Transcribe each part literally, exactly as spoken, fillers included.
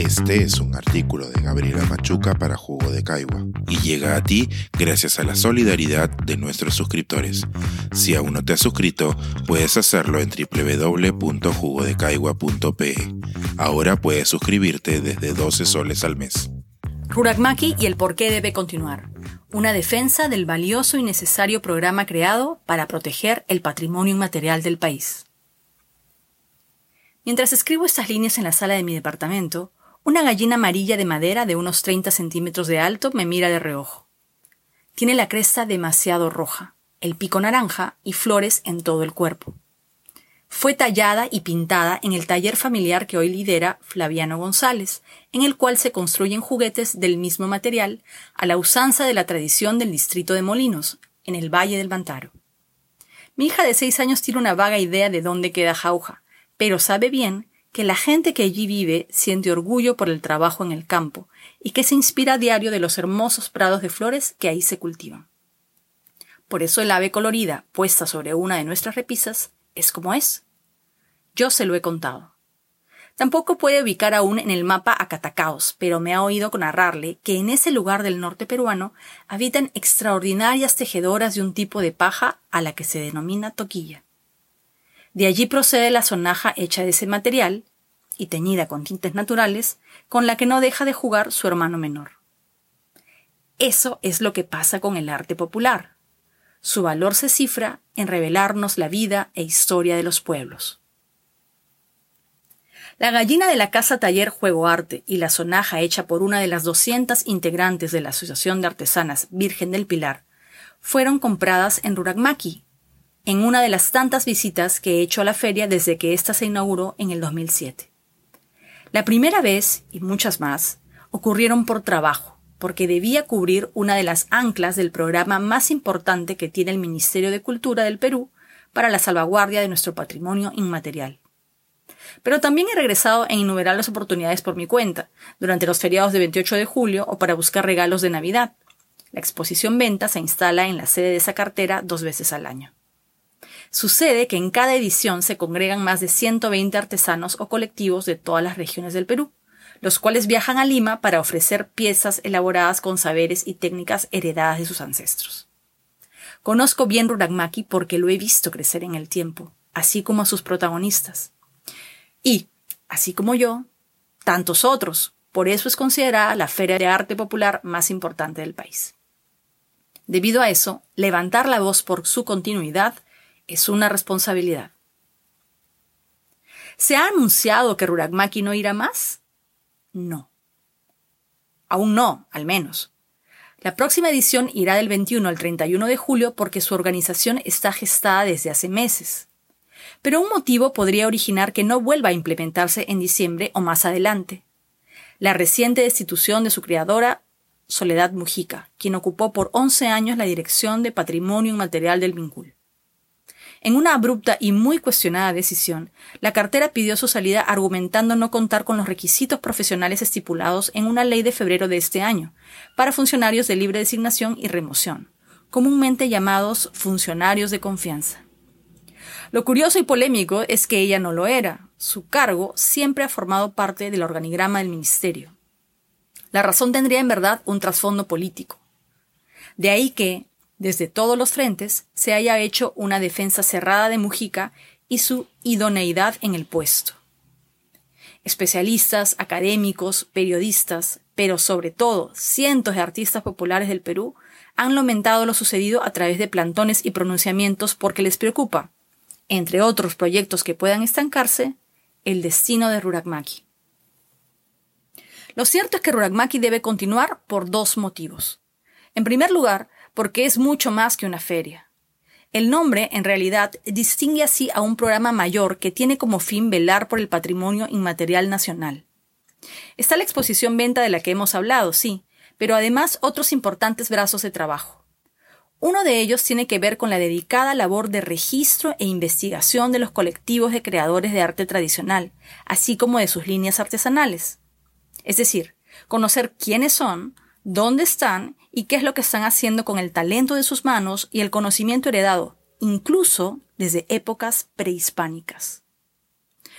Este es un artículo de Gabriela Machuca para Jugo de Caigua y llega a ti gracias a la solidaridad de nuestros suscriptores. Si aún no te has suscrito, puedes hacerlo en doble u doble u doble u punto jugo de caigua punto pe. Ahora puedes suscribirte desde doce soles al mes. Rurak Maqui y el por qué debe continuar. Una defensa del valioso y necesario programa creado para proteger el patrimonio inmaterial del país. Mientras escribo estas líneas en la sala de mi departamento, una gallina amarilla de madera de unos treinta centímetros de alto me mira de reojo. Tiene la cresta demasiado roja, el pico naranja y flores en todo el cuerpo. Fue tallada y pintada en el taller familiar que hoy lidera Flaviano González, en el cual se construyen juguetes del mismo material a la usanza de la tradición del distrito de Molinos, en el Valle del Mantaro. Mi hija de seis años tiene una vaga idea de dónde queda Jauja, pero sabe bien que la gente que allí vive siente orgullo por el trabajo en el campo y que se inspira a diario de los hermosos prados de flores que ahí se cultivan. Por eso el ave colorida, puesta sobre una de nuestras repisas, es como es. Yo se lo he contado. Tampoco puede ubicar aún en el mapa a Catacaos, pero me ha oído narrarle que en ese lugar del norte peruano habitan extraordinarias tejedoras de un tipo de paja a la que se denomina toquilla. De allí procede la sonaja hecha de ese material, y teñida con tintes naturales, con la que no deja de jugar su hermano menor. Eso es lo que pasa con el arte popular. Su valor se cifra en revelarnos la vida e historia de los pueblos. La gallina de la casa taller Juego Arte y la sonaja hecha por una de las doscientas integrantes de la Asociación de Artesanas Virgen del Pilar fueron compradas en Rurak Maqui, en una de las tantas visitas que he hecho a la feria desde que ésta se inauguró en el dos mil siete. La primera vez, y muchas más, ocurrieron por trabajo, porque debía cubrir una de las anclas del programa más importante que tiene el Ministerio de Cultura del Perú para la salvaguardia de nuestro patrimonio inmaterial. Pero también he regresado en innumerables oportunidades por mi cuenta, durante los feriados de veintiocho de julio o para buscar regalos de Navidad. La exposición venta se instala en la sede de esa cartera dos veces al año. Sucede que en cada edición se congregan más de ciento veinte artesanos o colectivos de todas las regiones del Perú, los cuales viajan a Lima para ofrecer piezas elaboradas con saberes y técnicas heredadas de sus ancestros. Conozco bien Rurak Maqui porque lo he visto crecer en el tiempo, así como a sus protagonistas. Y, así como yo, tantos otros. Por eso es considerada la feria de arte popular más importante del país. Debido a eso, levantar la voz por su continuidad es una responsabilidad. ¿Se ha anunciado que Rurak Maqui no irá más? No. Aún no, al menos. La próxima edición irá del veintiuno al treinta y uno de julio porque su organización está gestada desde hace meses. Pero un motivo podría originar que no vuelva a implementarse en diciembre o más adelante. La reciente destitución de su creadora, Soledad Mujica, quien ocupó por once años la dirección de Patrimonio Inmaterial del Vincul. En una abrupta y muy cuestionada decisión, la cartera pidió su salida argumentando no contar con los requisitos profesionales estipulados en una ley de febrero de este año, para funcionarios de libre designación y remoción, comúnmente llamados funcionarios de confianza. Lo curioso y polémico es que ella no lo era. Su cargo siempre ha formado parte del organigrama del ministerio. La razón tendría en verdad un trasfondo político. De ahí que, desde todos los frentes, se haya hecho una defensa cerrada de Mujica y su idoneidad en el puesto. Especialistas, académicos, periodistas, pero sobre todo cientos de artistas populares del Perú han lamentado lo sucedido a través de plantones y pronunciamientos porque les preocupa, entre otros proyectos que puedan estancarse, el destino de Rurak Maqui. Lo cierto es que Rurak Maqui debe continuar por dos motivos. En primer lugar, porque es mucho más que una feria. El nombre, en realidad, distingue así a un programa mayor que tiene como fin velar por el patrimonio inmaterial nacional. Está la exposición venta de la que hemos hablado, sí, pero además otros importantes brazos de trabajo. Uno de ellos tiene que ver con la dedicada labor de registro e investigación de los colectivos de creadores de arte tradicional, así como de sus líneas artesanales. Es decir, conocer quiénes son, dónde están y qué es lo que están haciendo con el talento de sus manos y el conocimiento heredado, incluso desde épocas prehispánicas.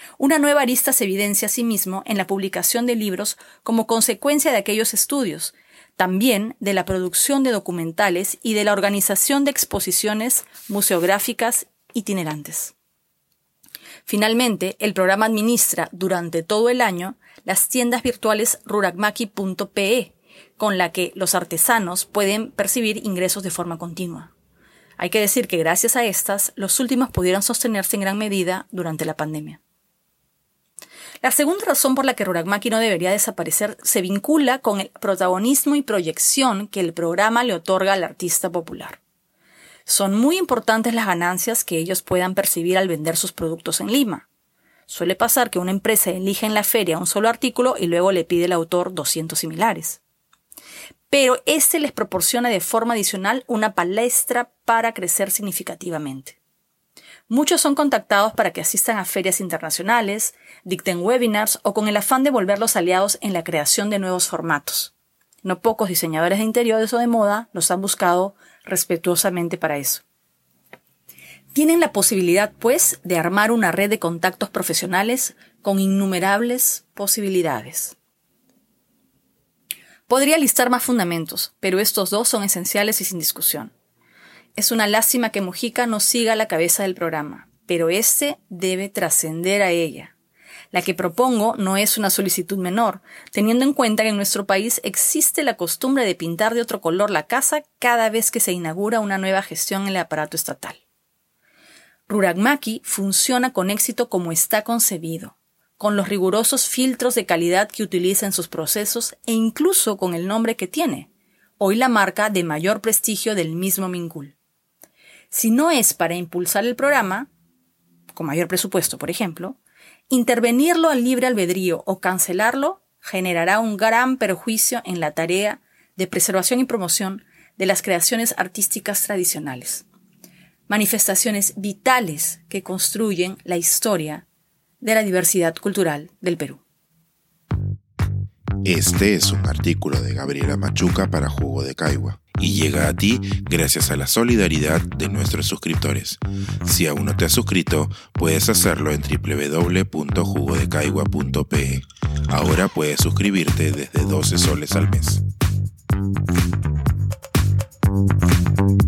Una nueva arista se evidencia asimismo en la publicación de libros como consecuencia de aquellos estudios, también de la producción de documentales y de la organización de exposiciones museográficas itinerantes. Finalmente, el programa administra durante todo el año las tiendas virtuales ruragmaki punto pe, con la que los artesanos pueden percibir ingresos de forma continua. Hay que decir que gracias a estas, los últimos pudieron sostenerse en gran medida durante la pandemia. La segunda razón por la que Ruragmaki no debería desaparecer se vincula con el protagonismo y proyección que el programa le otorga al artista popular. Son muy importantes las ganancias que ellos puedan percibir al vender sus productos en Lima. Suele pasar que una empresa elige en la feria un solo artículo y luego le pide al autor doscientos similares. Pero este les proporciona de forma adicional una palestra para crecer significativamente. Muchos son contactados para que asistan a ferias internacionales, dicten webinars o con el afán de volverlos aliados en la creación de nuevos formatos. No pocos diseñadores de interiores o de moda los han buscado respetuosamente para eso. Tienen la posibilidad, pues, de armar una red de contactos profesionales con innumerables posibilidades. Podría listar más fundamentos, pero estos dos son esenciales y sin discusión. Es una lástima que Mujica no siga a la cabeza del programa, pero este debe trascender a ella. La que propongo no es una solicitud menor, teniendo en cuenta que en nuestro país existe la costumbre de pintar de otro color la casa cada vez que se inaugura una nueva gestión en el aparato estatal. Ruragmaki funciona con éxito como está concebido, con los rigurosos filtros de calidad que utiliza en sus procesos e incluso con el nombre que tiene, hoy la marca de mayor prestigio del mismo Mincul. Si no es para impulsar el programa, con mayor presupuesto, por ejemplo, intervenirlo al libre albedrío o cancelarlo generará un gran perjuicio en la tarea de preservación y promoción de las creaciones artísticas tradicionales, manifestaciones vitales que construyen la historia de la diversidad cultural del Perú. Este es un artículo de Gabriela Machuca para Jugo de Caigua y llega a ti gracias a la solidaridad de nuestros suscriptores. Si aún no te has suscrito, puedes hacerlo en doble u doble u doble u punto jugo de caigua punto pe. Ahora puedes suscribirte desde doce soles al mes.